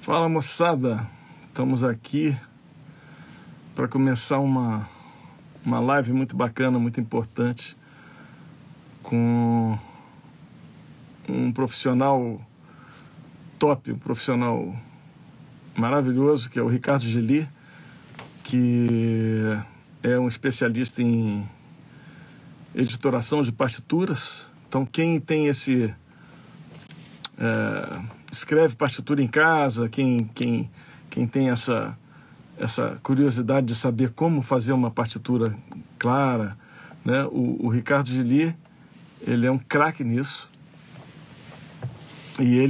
Fala, moçada, estamos aqui para começar uma live muito bacana, muito importante, com um profissional top, um profissional maravilhoso, que é o Ricardo Geli, que é um especialista em editoração de partituras. Então, quem tem escreve partitura em casa, quem tem essa curiosidade de saber como fazer uma partitura clara, né? O Ricardo Geli, ele é um craque nisso, e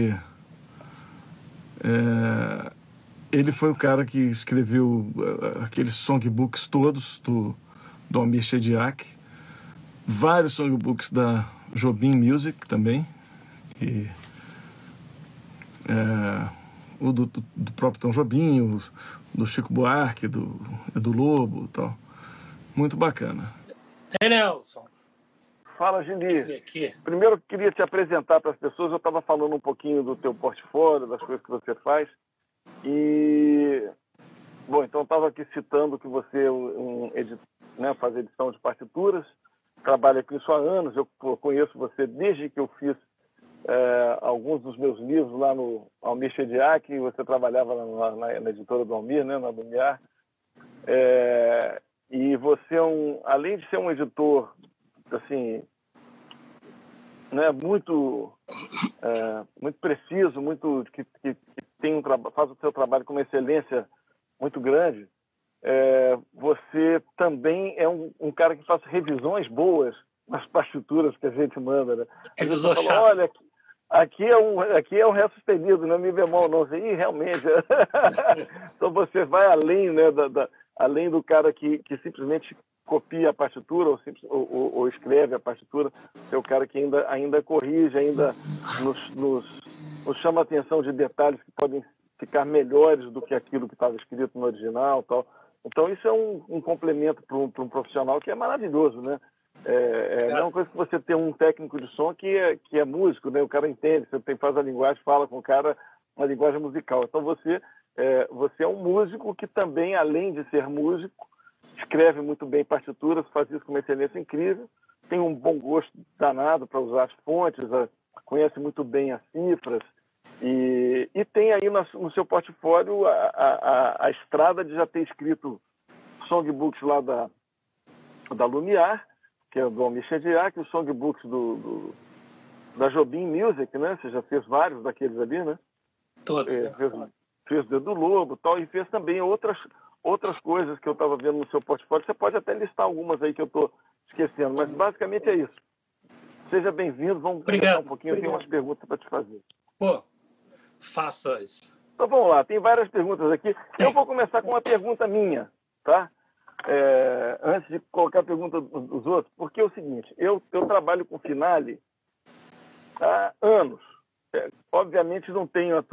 ele foi o cara que escreveu aqueles songbooks todos do Almir Shediac, vários songbooks da Jobim Music também, e o do próprio Tom Jobim, do Chico Buarque, do Lobo e tal. Muito bacana. Hey, Nelson. Fala, Gili. Primeiro, eu queria te apresentar para as pessoas. Eu estava falando um pouquinho do teu portfólio, das coisas que você faz. Bom, então eu estava aqui citando que você faz edição de partituras, trabalha com isso há anos. Eu conheço você desde que eu fiz alguns dos meus livros lá no Almir Shediac. Você trabalhava na editora do Almir, né, na Lumiar. E você além de ser um editor assim, né, muito preciso, que tem faz o seu trabalho com uma excelência muito grande, você também é um cara que faz revisões boas nas partituras que a gente manda, né? Revisor chato. Fala, olha, aqui é um ré sustenido, não é mi bemol, não. E realmente, então você vai além, né, além do cara que simplesmente copia a partitura ou escreve a partitura, é o cara que ainda corrige, ainda nos chama a atenção de detalhes que podem ficar melhores do que aquilo que estava escrito no original, tal. Então isso é um complemento para um profissional que é maravilhoso, né? É a mesma coisa que você ter um técnico de som que é músico, né? O cara entende, você faz a linguagem, fala com o cara uma linguagem musical. Então você é um músico que também, além de ser músico, escreve muito bem partituras, faz isso com uma excelência incrível, tem um bom gosto danado para usar as fontes, conhece muito bem as cifras, e tem aí no seu portfólio a estrada de já ter escrito songbooks lá da Lumiar, que é do Almir Shediac, os songbooks da Jobim Music, né? Você já fez vários daqueles ali, né? todos. Fez o Dedo Lobo e tal, e fez também outras coisas que eu estava vendo no seu portfólio. Você pode até listar algumas aí que eu estou esquecendo, mas basicamente é isso. Seja bem-vindo, vamos conversar um pouquinho, eu tenho umas perguntas para te fazer. Pô, faça isso. Então vamos lá, tem várias perguntas aqui. Eu vou começar com uma pergunta minha, tá? Antes de colocar a pergunta dos outros, porque é o seguinte, eu trabalho com Finale há anos. Obviamente não tenho a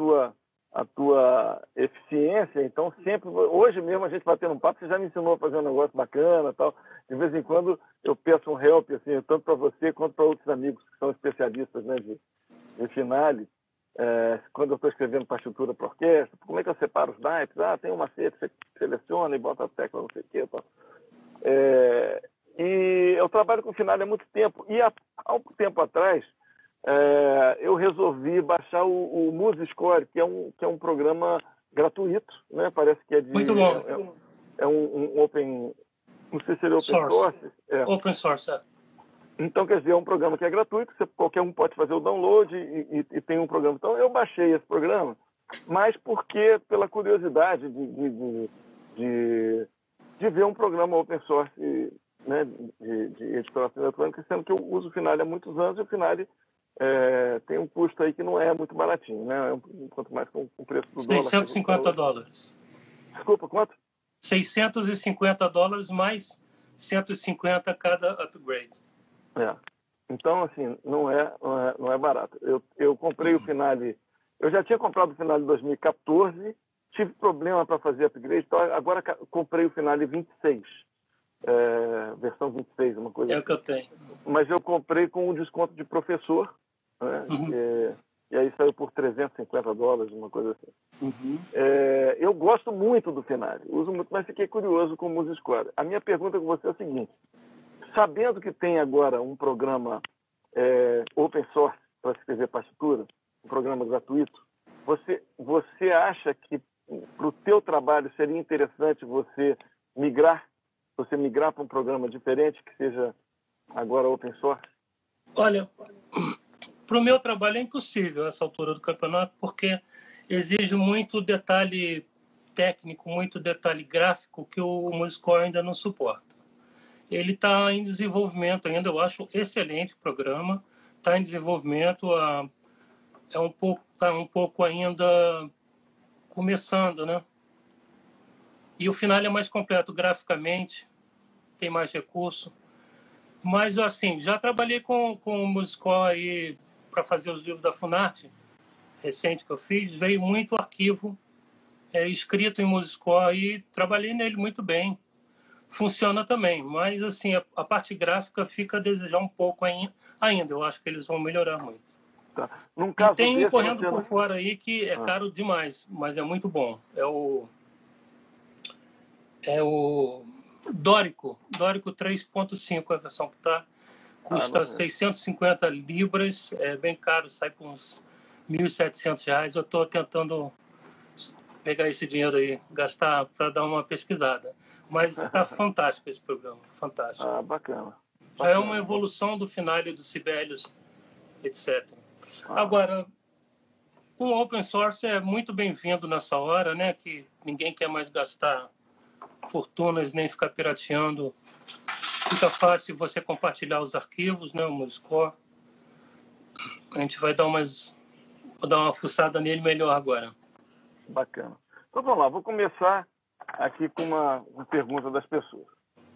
tua eficiência, então sempre, hoje mesmo a gente batendo um papo, você já me ensinou a fazer um negócio bacana, tal. De vez em quando eu peço um help, assim, tanto para você quanto para outros amigos que são especialistas, né, de Finale, quando eu estou escrevendo partitura para orquestra, como é que eu separo os naipes? Tem um macete, você seleciona e bota a tecla, não sei o quê, tal. E eu trabalho com Finale há muito tempo, e há algum tempo atrás eu resolvi baixar o MuseScore, que é um programa gratuito, né? Parece que é de... Muito bom. É um open... Não sei se ele é open source. Open source, Então, quer dizer, é um programa que é gratuito, qualquer um pode fazer o download e tem um programa. Então, eu baixei esse programa, mas pela curiosidade de ver um programa open source, né, de editoração eletrônica, sendo que eu uso o Finale há muitos anos, e o Finale tem um custo aí que não é muito baratinho, né? Quanto mais com o preço do dólar. $650. Desculpa, quanto? $650 mais 150 cada upgrade. Então, assim, não é barato. Eu comprei o Finale, eu já tinha comprado o Finale em 2014, tive problema para fazer upgrade, então agora comprei o Finale 26, versão 26, uma coisa o que eu tenho. Mas eu comprei com um desconto de professor, né? e aí saiu por $350, uma coisa assim. Uhum. Eu gosto muito do Finale, uso muito, mas fiquei curioso com o MuseScore. A minha pergunta com você é a seguinte: sabendo que tem agora um programa open source para escrever partitura, um programa gratuito, você acha que para o teu trabalho seria interessante você migrar para um programa diferente que seja agora open source? Olha, para o meu trabalho é impossível essa altura do campeonato, porque exige muito detalhe técnico, muito detalhe gráfico que o MuseScore ainda não suporta. Ele está em desenvolvimento ainda, eu acho excelente o programa, está em desenvolvimento, está um pouco ainda começando, né? E o final é mais completo graficamente, tem mais recurso. Mas, assim, já trabalhei com o MuseScore aí para fazer os livros da Funarte, recente que eu fiz, veio muito arquivo escrito em MuseScore e trabalhei nele muito bem. Funciona também, mas, assim, a parte gráfica fica a desejar um pouco ainda. Eu acho que eles vão melhorar muito. Tá. Num E caso tem um desse, correndo você por não... fora aí que é caro demais, mas é muito bom. É o Dórico 3.5, a versão que está. Custa 650 libras, é bem caro, sai por uns R$ 1.700. Eu estou tentando pegar esse dinheiro aí, gastar para dar uma pesquisada. Mas está fantástico esse programa, fantástico. Bacana. Já é uma evolução do Finale, do Sibelius, etc. Agora, um open source é muito bem-vindo nessa hora, né? Que ninguém quer mais gastar fortunas nem ficar pirateando. Fica fácil você compartilhar os arquivos, né? O MuseScore. A gente vai dar uma fuçada nele melhor agora. Bacana. Então vamos lá, vou começar aqui com uma pergunta das pessoas.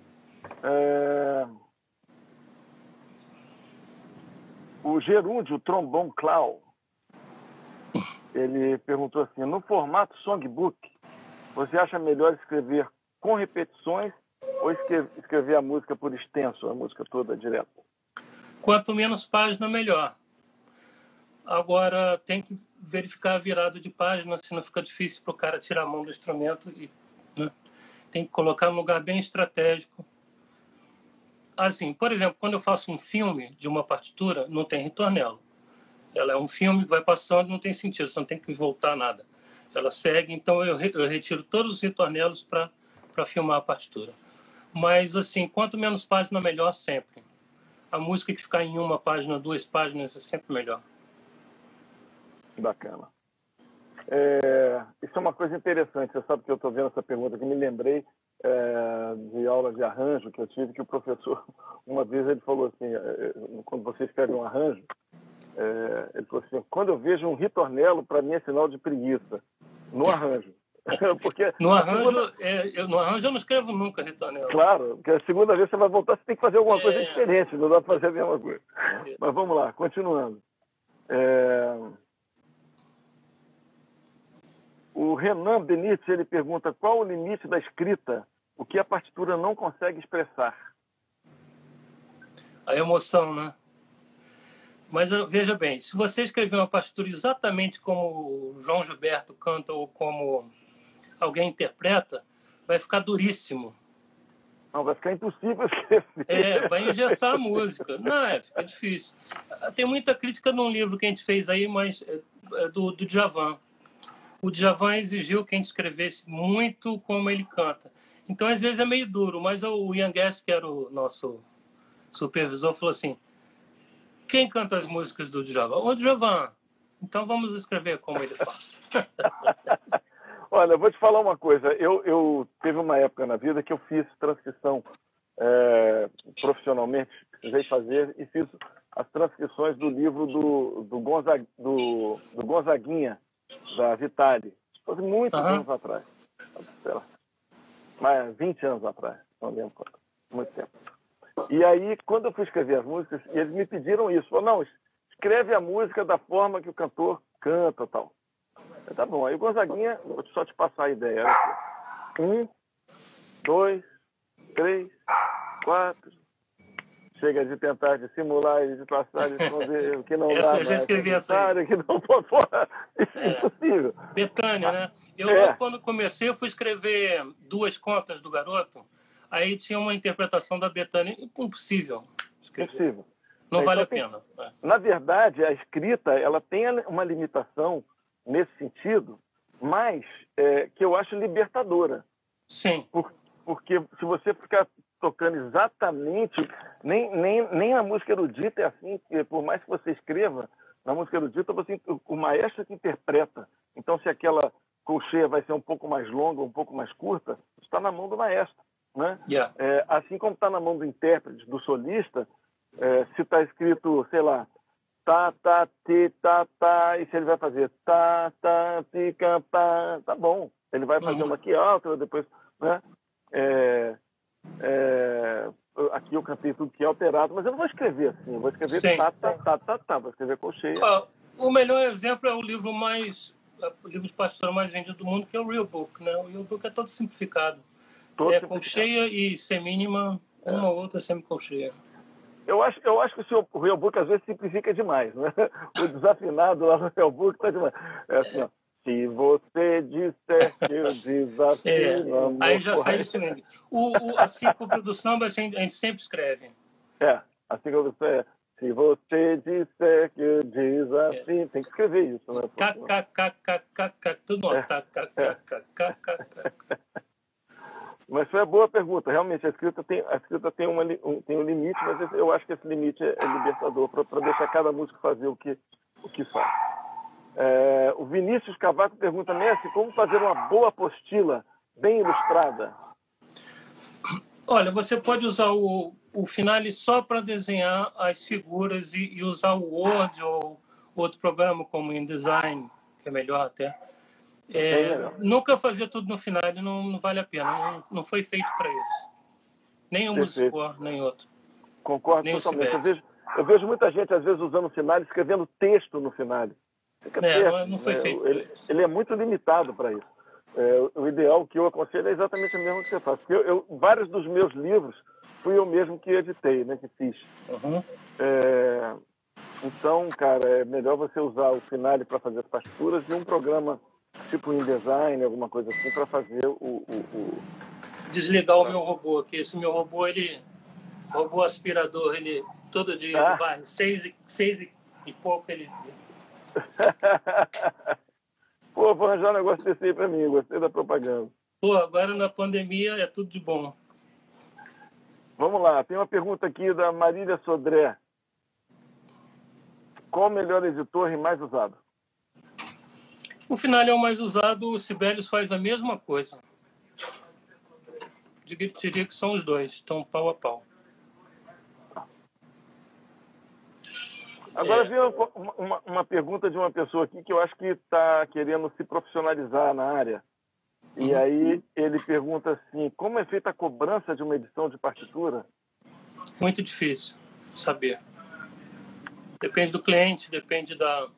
O Gerúndio Trombon Clau, ele perguntou assim: no formato songbook, você acha melhor escrever com repetições ou escrever a música por extenso, a música toda direto? Quanto menos página, melhor. Agora, tem que verificar a virada de página, senão fica difícil para o cara tirar a mão do instrumento. Né? Tem que colocar num lugar bem estratégico. Assim, por exemplo, quando eu faço um filme de uma partitura, não tem ritornelo. Ela é um filme que vai passando, não tem sentido, você não tem que voltar nada. Ela segue, então eu retiro todos os ritornelos para filmar a partitura. Mas, assim, quanto menos página, melhor sempre. A música que ficar em uma página, 2 páginas, é sempre melhor. Bacana. Isso é uma coisa interessante. Você sabe que eu estou vendo essa pergunta que me lembrei de aula de arranjo que eu tive, que o professor, uma vez ele falou assim, quando você escreve um arranjo, ele falou assim: quando eu vejo um ritornelo, para mim é sinal de preguiça. No arranjo. Porque no arranjo eu não escrevo nunca ritornelo. Claro, porque a segunda vez você vai voltar, você tem que fazer alguma coisa diferente, não dá para fazer a mesma coisa. Mas vamos lá, continuando. O Renan Benítez, ele pergunta: qual o limite da escrita, o que a partitura não consegue expressar? A emoção, né? Mas veja bem, se você escrever uma partitura exatamente como o João Gilberto canta ou como alguém interpreta, vai ficar duríssimo. Não, vai ficar impossível escrever. Vai engessar a música. Não, fica difícil. Tem muita crítica num livro que a gente fez aí, mas do Djavan. O Djavan exigiu que a gente escrevesse muito como ele canta. Então, às vezes, é meio duro, mas o Ian Guest, que era o nosso supervisor, falou assim: quem canta as músicas do Djavan? O Djavan. Então, vamos escrever como ele faz. Olha, eu vou te falar uma coisa. Eu teve uma época na vida que eu fiz transcrição profissionalmente, precisei fazer, e fiz as transcrições do livro do Gonzaguinha, da Vitale. Foi muitos anos atrás. Sei lá, mais 20 anos atrás, não lembro quanto. Muito tempo. E aí, quando eu fui escrever as músicas, eles me pediram isso. Falaram: não, escreve a música da forma que o cantor canta e tal. Tá bom. Aí o Gonzaguinha, vou só te passar a ideia. Olha aqui. 1, 2, 3, 4, chega de tentar dissimular e disfarçar, de esconder o que não dá. Eu já escrevi essa aí. Que não, porra, isso é impossível. Betânia, né? Eu, quando comecei, eu fui escrever 2 contas do garoto, aí tinha uma interpretação da Betânia impossível. Impossível. Não vale a pena. Na verdade, a escrita ela tem uma limitação nesse sentido, mas que eu acho libertadora. Sim. Porque se você ficar tocando exatamente, nem a música erudita é assim, por mais que você escreva, na música erudita o maestro que interpreta. Então, se aquela colcheia vai ser um pouco mais longa, um pouco mais curta, está na mão do maestro. Né? Yeah. Assim como está na mão do intérprete, do solista, se está escrito, sei lá, tá, tá, ti, tá, tá, e se ele vai fazer tá, tá, ti, ca, pá, tá bom. Ele vai fazer uma aqui alta, depois, né? Aqui eu cantei tudo que é alterado, mas eu não vou escrever assim, eu vou escrever tá, tá, tá, tá, tá, vou escrever colcheia. O melhor exemplo é o livro de partitura mais vendido do mundo, que é o Real Book, né? O Real Book é todo simplificado. Colcheia e semínima, uma ou outra semicolcheia. Eu acho que o Real Book às vezes simplifica demais, né? O desafinado lá no Real Book tá demais. Assim, ó. Se você disser que eu desafio... amor, aí já sai de swing. A síncrope do samba a gente sempre escreve. A síncrope do samba se você disser que eu desafio... Tem que escrever isso, né? Tudo no Mas foi uma boa pergunta. Realmente, a escrita tem um limite, mas eu acho que esse limite é libertador para deixar cada músico fazer o que faz. O Vinícius Cavaco pergunta, Messi, como fazer uma boa apostila bem ilustrada? Olha, você pode usar o Finale só para desenhar as figuras e usar o Word ou outro programa como InDesign, que é melhor até. Nunca fazer tudo no Finale não vale a pena. Não foi feito para isso. Nem o Musicor, nem outro. Concordo nem totalmente. Eu vejo muita gente, às vezes, usando o Finale, escrevendo texto no Finale. Não foi feito para isso. Ele é muito limitado para isso. O ideal que eu aconselho é exatamente o mesmo que você faz. Porque vários dos meus livros fui eu mesmo que editei, né, que fiz. Então, cara, é melhor você usar o Finale para fazer as partituras e um programa tipo InDesign, alguma coisa assim, para fazer Desligar o meu robô, que esse meu robô, robô aspirador, ele todo dia ele vai 6 e pouco ele... Pô, vou arranjar um negócio desse aí pra mim, gostei da propaganda. Pô, agora na pandemia é tudo de bom. Vamos lá, tem uma pergunta aqui da Marília Sodré. Qual o melhor editor e mais usado? O Finale é o mais usado, o Sibelius faz a mesma coisa. Diria que são os dois, estão pau a pau. Agora veio uma pergunta de uma pessoa aqui que eu acho que está querendo se profissionalizar na área. E aí ele pergunta assim, como é feita a cobrança de uma edição de partitura? Muito difícil saber. Depende do cliente, depende do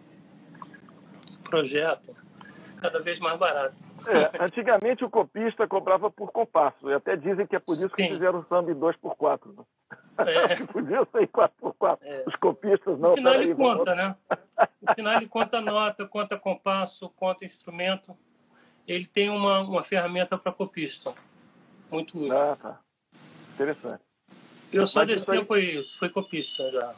projeto. Cada vez mais barato. Antigamente o copista cobrava por compasso. E até dizem que é por isso que fizeram o samba em 2x4. Né? Podia ser em 4x4. Os copistas não. No final ele conta, né? No final ele conta nota, conta compasso, conta instrumento. Ele tem uma ferramenta para copista. Muito útil. Tá. Interessante. Eu só desse tempo fui copista já.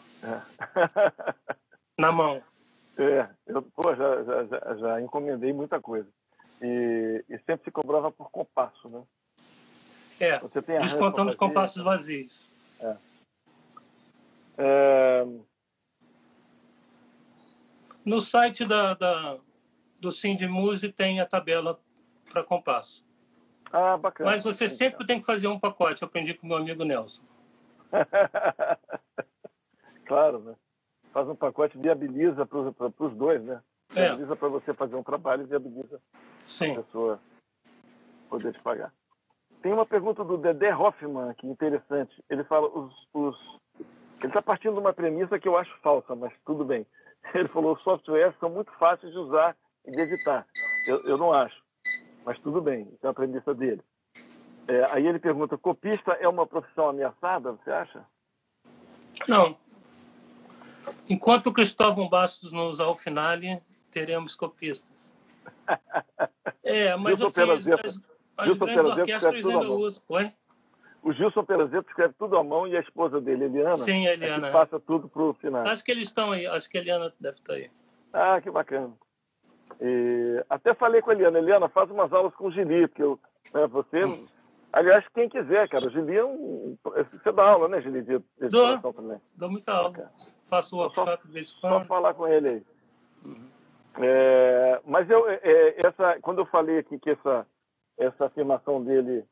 Na mão. Eu já encomendei muita coisa. E sempre se cobrava por compasso, né? Você tem descontando os compassos vazios. No site do Cindy Music tem a tabela para compasso. Bacana. Mas você sempre tem que fazer um pacote. Eu aprendi com meu amigo Nelson. Claro, né? Faz um pacote, viabiliza para os dois, né? Viabiliza para você fazer um trabalho e viabiliza a pessoa poder te pagar. Tem uma pergunta do Dedé Hoffman aqui, interessante. Ele fala, ele está partindo de uma premissa que eu acho falsa, mas tudo bem. Ele falou, os softwares são muito fáceis de usar e de editar. Eu não acho, mas tudo bem, isso é a premissa dele. Aí ele pergunta, copista é uma profissão ameaçada, você acha? Não. Enquanto o Cristóvão Bastos não usar o finale, teremos copistas. Mas Gilson assim, as grandes orquestras ainda usam. Oi? O Gilson Perazzetto escreve tudo à mão e a esposa dele, Eliana, sim, a Eliana, que passa tudo para o final. Acho que eles estão aí, acho que a Eliana deve estar aí. Ah, que bacana. Até falei com a Eliana. Eliana, faz umas aulas com o Gili, porque você... Aliás, quem quiser, cara. O Gili você dá aula, né, Gili, de editoração também? Dou muita aula. Bacana. Faço workshop de vez em quando. Só falar com ele aí. Mas quando eu falei aqui que essa afirmação dele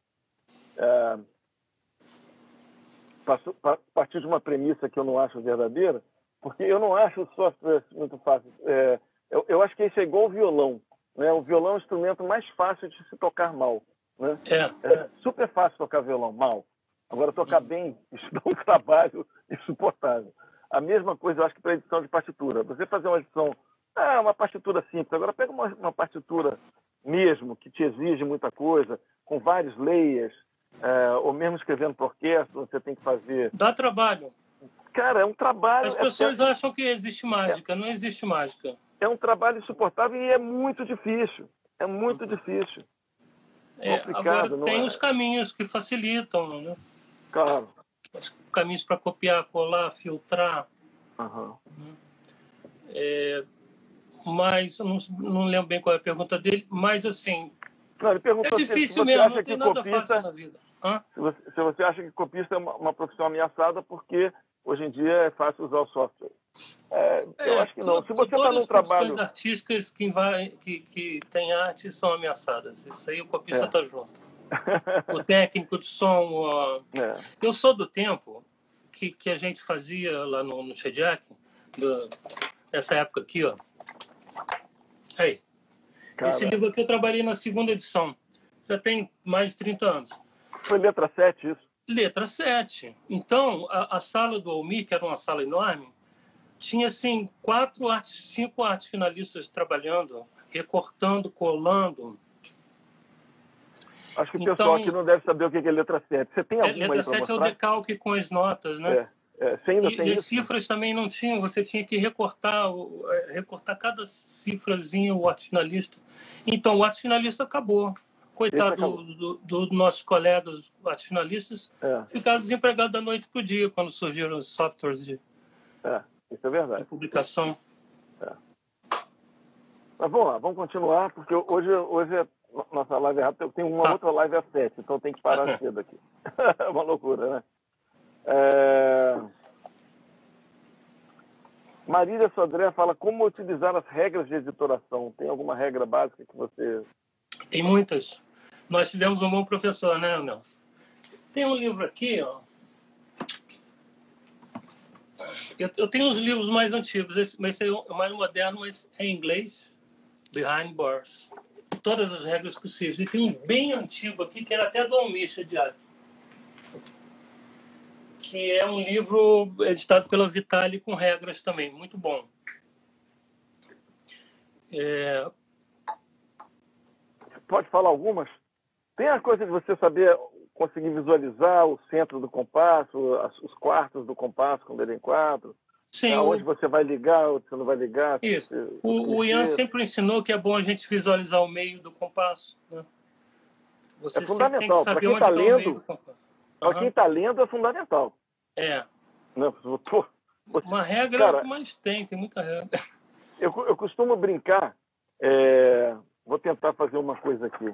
partiu de uma premissa que eu não acho verdadeira, porque eu não acho o software muito fácil. Eu acho que isso é igual ao violão. Né? O violão é o instrumento mais fácil de se tocar mal. Né? É super fácil tocar violão mal. Agora, tocar bem, isso dá um trabalho insuportável. A mesma coisa eu acho que para edição de partitura. Você fazer uma edição, uma partitura simples. Agora, pega uma partitura mesmo, que te exige muita coisa, com vários layers, ou mesmo escrevendo para orquestra, você tem que fazer... Dá trabalho. Cara, é um trabalho... As pessoas acham que existe mágica. Não existe mágica. É um trabalho insuportável e é muito difícil. É muito difícil. Agora, tem os caminhos que facilitam, né? Claro. Os caminhos para copiar, colar, filtrar. Mas eu não lembro bem qual é a pergunta dele, mas assim, não, ele é difícil mesmo, não tem nada fácil na vida. Se você acha que copista é uma profissão ameaçada porque hoje em dia é fácil usar o software. Eu acho que não. Se você está num trabalho... Todas as artísticas que têm arte são ameaçadas. Isso aí o copista está junto. O técnico de som... Eu sou do tempo que a gente fazia lá no Shediac, nessa época aqui, ó. Aí. Esse livro aqui eu trabalhei na segunda edição. Já tem mais de 30 anos. Foi letra 7 isso? Letra 7. Então, a sala do Almir, que era uma sala enorme, tinha, assim, 5 artes finalistas trabalhando, recortando, colando. Acho que o pessoal aqui não deve saber o que é letra 7. Você tem alguma letra 7 é o decalque com as notas, né? E as cifras também não tinham, você tinha que recortar cada cifrazinho o arte finalista. Então, o arte finalista acabou. Coitado dos nossos colegas arte finalistas, ficaram desempregados da noite para o dia quando surgiram os softwares de, isso é verdade. de publicação. Mas vamos lá, vamos continuar, porque hoje nossa live é rápida. Eu tenho uma outra live às 7, então tem que parar cedo aqui. É uma loucura, né? Marília Sodré fala como utilizar as regras de editoração. Tem alguma regra básica que você... Tem muitas. Nós tivemos um bom professor, né, Nelson? Tem um livro aqui, ó. Eu tenho uns livros mais antigos, esse é o mais moderno, mas é em inglês. Behind Bars. Todas as regras possíveis. E tem um bem antigo aqui, que era até do Almir Shediac, que é um livro editado pela Vitale com regras também, muito bom. Pode falar algumas? Tem a coisa de você saber conseguir visualizar o centro do compasso, os quartos do compasso, quando ele é em quatro. Sim, onde você vai ligar, onde você não vai ligar. Isso. O Ian sempre ensinou que é bom a gente visualizar o meio do compasso. Né? Você é fundamental. Para quem está lendo, para quem está lendo é fundamental. Não, uma regra, cara, mas tem muita regra. Eu costumo brincar, vou tentar fazer uma coisa aqui.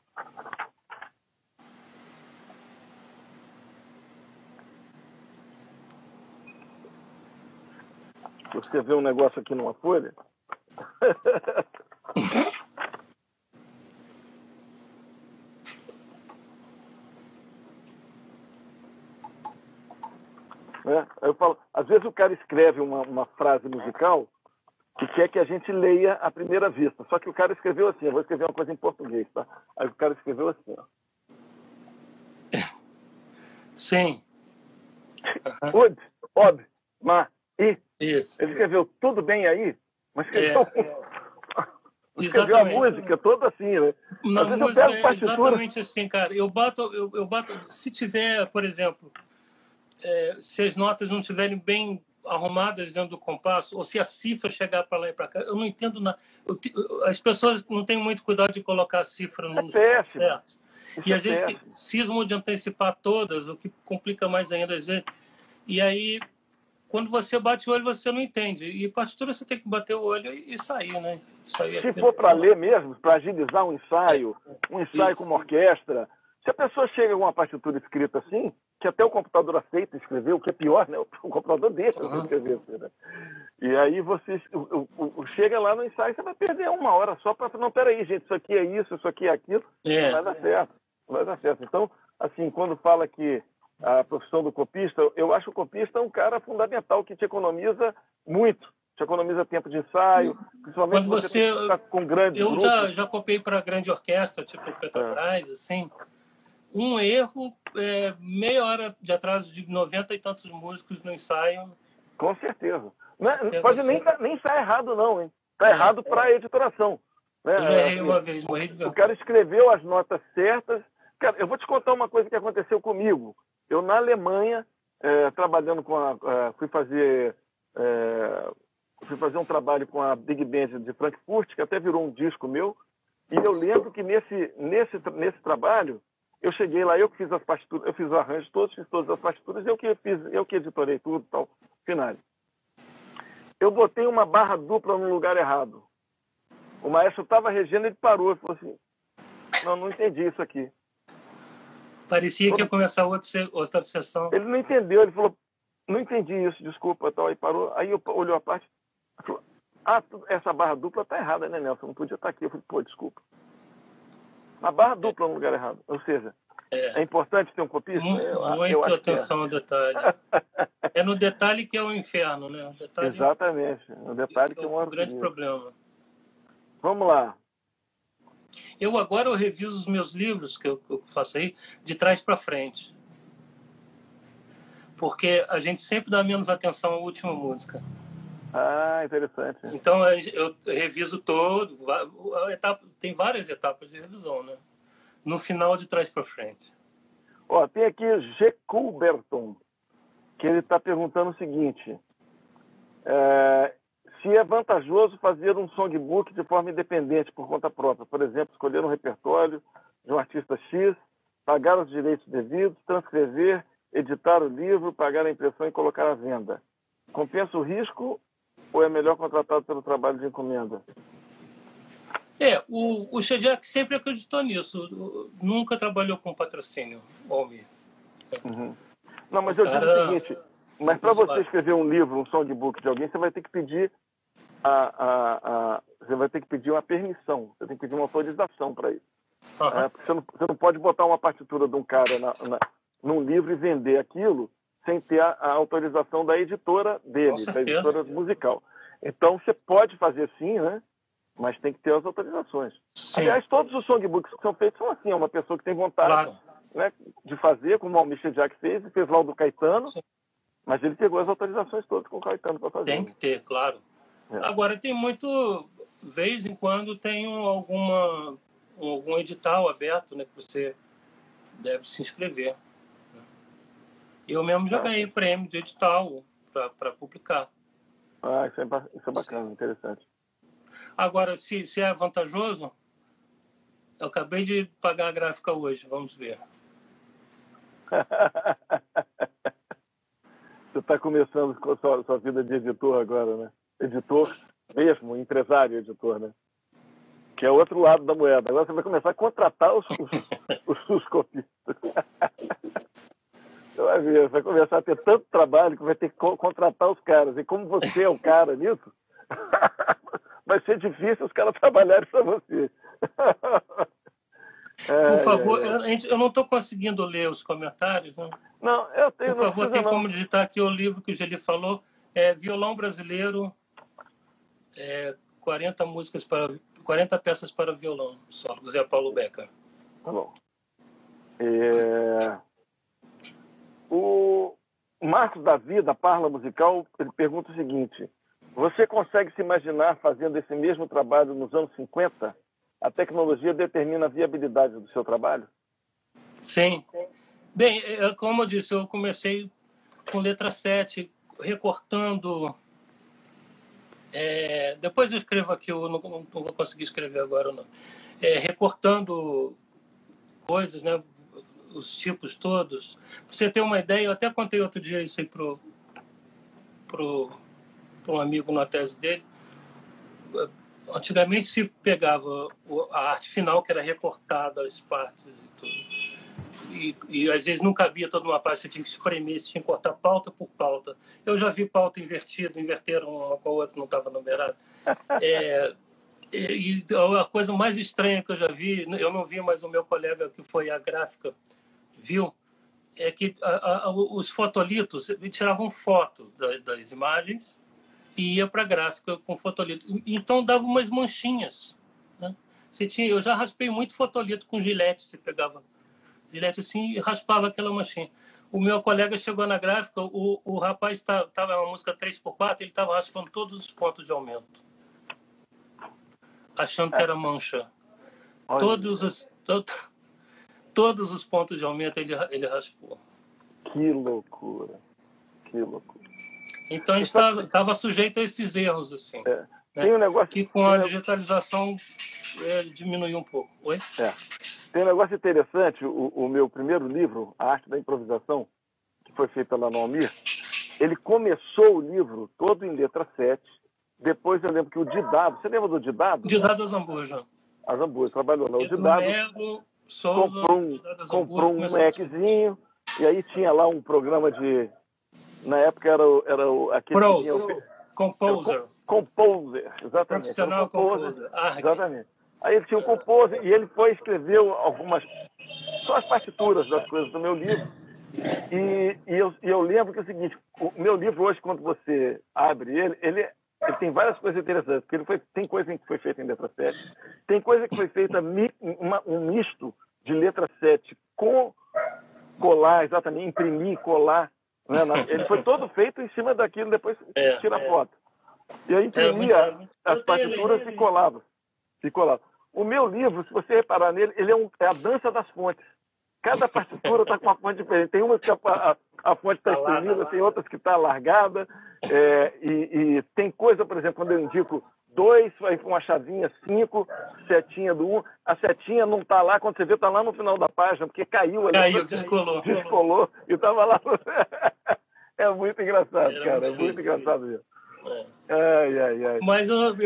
Vou escrever um negócio aqui numa folha. Eu falo, às vezes o cara escreve uma frase musical e quer que a gente leia à primeira vista. Só que o cara escreveu assim, eu vou escrever uma coisa em português, tá? Aí o cara escreveu assim, ó. Sim. Ud, ob, ma, i. Isso. Ele escreveu tudo bem aí, mas escreveu, escreveu a música toda assim, né? Na música é exatamente assim, cara. Eu bato, se tiver, por exemplo, se as notas não estiverem bem arrumadas dentro do compasso, ou se a cifra chegar para lá e para cá, eu não entendo nada. As pessoas não têm muito cuidado de colocar a cifra nos pontos certos. E às vezes cismam de antecipar todas, o que complica mais ainda às vezes. E aí, quando você bate o olho, você não entende. E partitura você tem que bater o olho e sair, né? Se for para ler mesmo, para agilizar um ensaio com uma orquestra, se a pessoa chega com uma partitura escrita assim, que até o computador aceita escrever, o que é pior, né? O computador deixa você escrever assim, né? E aí você chega lá no ensaio, você vai perder uma hora só para... Não, peraí, gente, isso aqui é isso aqui é aquilo. Não vai dar certo. Não vai dar certo. Então, assim, quando fala que a profissão do copista, eu acho o copista um cara fundamental que te economiza muito. Te economiza tempo de ensaio, principalmente quando você tá com grandes grupos. Já copiei para grande orquestra, tipo Petrobras, assim. Um erro, meia hora de atraso de 90 e tantos músicos no ensaio. Com certeza. Não pode nem estar errado, não, hein? Está errado para a editoração. Né? Eu já errei uma vez, morri de vergonha. O cara escreveu as notas certas. Cara, eu vou te contar uma coisa que aconteceu comigo. Eu, na Alemanha, trabalhando com fui fazer um trabalho com a Big Band de Frankfurt, que até virou um disco meu. E eu lembro que nesse trabalho, eu cheguei lá, eu que fiz as partituras, eu fiz os arranjos todos, fiz todas as partituras, eu que editorei tudo, tal, final. Eu botei uma barra dupla no lugar errado. O maestro estava regendo, ele parou e falou assim: não entendi isso aqui. Parecia que ia começar outra sessão. Ele não entendeu, ele falou: não entendi isso, desculpa, tal, aí parou, aí olhou a parte, falou: essa barra dupla está errada, né, Nelson? Não podia estar aqui. Eu falei: pô, desculpa. A barra dupla no lugar errado. Ou seja, é importante ter um copista? Muito atenção ao detalhe. É no detalhe que é o inferno, né? O detalhe exatamente. No detalhe que é o grande problema. Vamos lá. Agora eu reviso os meus livros, que eu faço aí, de trás para frente. Porque a gente sempre dá menos atenção à última música. Interessante. Então eu reviso todo. Tem várias etapas de revisão, né? No final, de trás para frente. Tem aqui G. Culberton, que ele está perguntando o seguinte: se é vantajoso fazer um songbook de forma independente, por conta própria. Por exemplo, escolher um repertório de um artista X, pagar os direitos devidos, transcrever, editar o livro, pagar a impressão e colocar à venda. Compensa o risco ou é melhor contratado pelo trabalho de encomenda? O Shediac sempre acreditou nisso. Nunca trabalhou com patrocínio, Almir. Não, mas eu digo o seguinte: mas para você escrever um livro, um songbook de alguém, você vai ter que pedir você vai ter que pedir uma permissão, você tem que pedir uma autorização para isso. Porque você não pode botar uma partitura de um cara num livro e vender aquilo sem ter a autorização da editora dele, da editora musical. Então, você pode fazer sim, né? Mas tem que ter as autorizações. Sim. Aliás, todos os songbooks que são feitos são assim, é uma pessoa que tem vontade, né, de fazer, como o Almir Shediac fez lá o do Caetano, mas ele pegou as autorizações todas com o Caetano para fazer. Tem que ter, claro. Agora, tem muito, vez em quando, tem algum edital aberto, né, que você deve se inscrever. Eu mesmo já ganhei prêmio de edital para publicar. Isso é bacana, interessante. Agora, se é vantajoso, eu acabei de pagar a gráfica hoje, vamos ver. Você está começando com a sua vida de editor agora, né? Editor mesmo, empresário editor, né? Que é o outro lado da moeda. Agora você vai começar a contratar os copistas. Você vai ver, você vai começar a ter tanto trabalho que vai ter que contratar os caras. E como você é o cara nisso, vai ser difícil os caras trabalharem para você. Por favor, eu não estou conseguindo ler os comentários. Né? Não, eu tenho. Por favor, tem como digitar aqui o livro que o Geli falou. Violão Brasileiro, 40 peças para violão. Só Zé Paulo Becker. Tá bom. O Marcos Davi, da Parla Musical, ele pergunta o seguinte: você consegue se imaginar fazendo esse mesmo trabalho nos anos 50? A tecnologia determina a viabilidade do seu trabalho? Sim. Bem, como eu disse, eu comecei com letra 7, recortando. Depois eu escrevo aqui, eu não vou conseguir escrever agora, não. Recortando coisas, né? Os tipos todos. Pra você ter uma ideia, eu até contei outro dia isso aí pro um amigo na tese dele. Antigamente se pegava a arte final, que era recortada as partes e tudo. E às vezes não cabia toda uma parte, você tinha que espremer, você tinha que cortar pauta por pauta. Eu já vi pauta invertida, inverteram uma com a outra, não estava numerada. E a coisa mais estranha que eu já vi, eu não vi, mas o meu colega que foi a gráfica viu, é que os fotolitos tiravam foto das imagens e ia para a gráfica com fotolito. Então dava umas manchinhas, né? Eu já raspei muito fotolito com gilete, você pegava gilete assim e raspava aquela manchinha. O meu colega chegou na gráfica, o rapaz estava uma música 3x4, ele estava raspando todos os pontos de aumento, achando que era mancha. Todos os pontos de aumento ele raspou. Que loucura, que loucura. Então a gente estava sujeito a esses erros, assim. Né? Tem um negócio que com a digitalização diminuiu um pouco. Oi? Tem um negócio interessante, o meu primeiro livro, A Arte da Improvisação, que foi feito lá no Almir, ele começou o livro todo em letra 7. Depois eu lembro que o Didado, você lembra do Didado? Didado Azambuja. Azambuja, trabalhou lá. O Didado comprou um Maczinho, e aí tinha lá um programa de... Na época era aquele... Composer, exatamente. Profissional Composer. Exatamente. Aí ele tinha um Composer e ele escreveu só as partituras das coisas do meu livro. E eu lembro que é o seguinte, o meu livro hoje, quando você abre ele tem várias coisas interessantes, porque tem coisa que foi feita em letra 7, tem coisa que foi feita um misto de letra 7 com colar, exatamente, imprimir, colar. Né? Ele foi todo feito em cima daquilo, depois tira a foto. E aí imprimia as partituras e colava. O meu livro, se você reparar nele, ele é a dança das fontes. Cada partitura está com uma fonte diferente. Tem umas que a fonte está exprimida, tem outras que está alargada. E tem coisa, por exemplo, quando eu indico 2, vai com uma chavinha 5, setinha do 1. A setinha não está lá, quando você vê, está lá no final da página, porque caiu ali. Descolou e estava lá. É muito engraçado, cara. É muito engraçado mesmo. Ai. Mas eu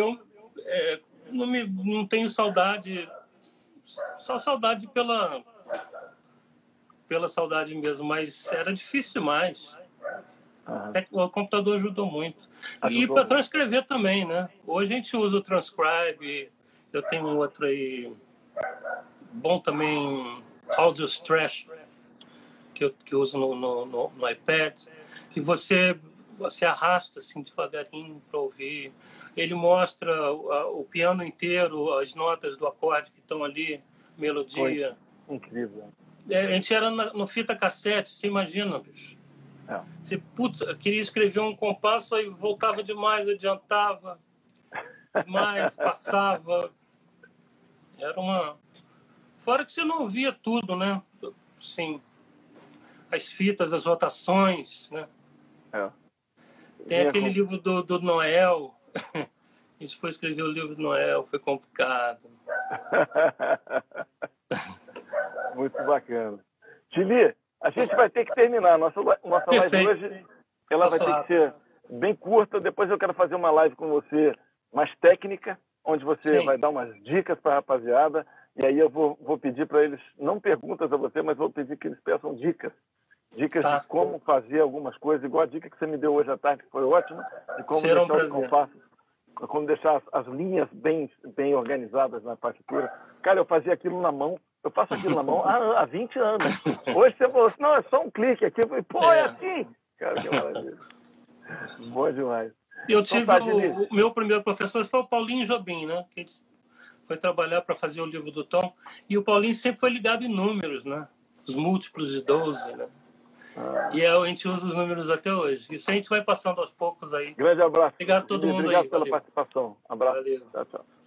não tenho saudade, só saudade pela saudade mesmo, mas era difícil demais. O computador ajudou muito. E para transcrever também, né? Hoje a gente usa o Transcribe, eu tenho um outro aí, bom também, Audio Trash, que eu uso no iPad, que você arrasta assim devagarinho para ouvir. Ele mostra o piano inteiro, as notas do acorde que estão ali, melodia. Foi incrível. A gente era no fita cassete, você imagina, bicho. Você, queria escrever um compasso, aí voltava demais, adiantava demais, passava. Era uma... Fora que você não ouvia tudo, né? Sim. As fitas, as rotações, né? Tem aquele livro do Noel. A gente foi escrever o livro do Noel, foi complicado. Muito bacana. Tili, a gente vai ter que terminar. Nossa live hoje ela vai ter que ser bem curta. Depois eu quero fazer uma live com você mais técnica, onde você vai dar umas dicas para a rapaziada. E aí eu vou pedir para eles, não perguntas a você, mas vou pedir que eles peçam dicas. Dicas de como fazer algumas coisas, igual a dica que você me deu hoje à tarde, que foi ótima, de como deixar os compassos, como deixar as linhas bem organizadas na partitura. Cara, eu fazia aquilo na mão, eu faço aquilo na mão há 20 anos. Hoje você falou assim, não, é só um clique aqui. Eu falei, pô, é assim? Cara, que maravilha. Bom demais. Eu tive o meu primeiro professor foi o Paulinho Jobim, né? Que foi trabalhar para fazer o livro do Tom. E o Paulinho sempre foi ligado em números, né? Os múltiplos de 12, né? E a gente usa os números até hoje. Isso a gente vai passando aos poucos aí. Grande abraço. Obrigado a todo mundo aí. Obrigado pela participação. Abraço. Valeu. Tchau, tchau.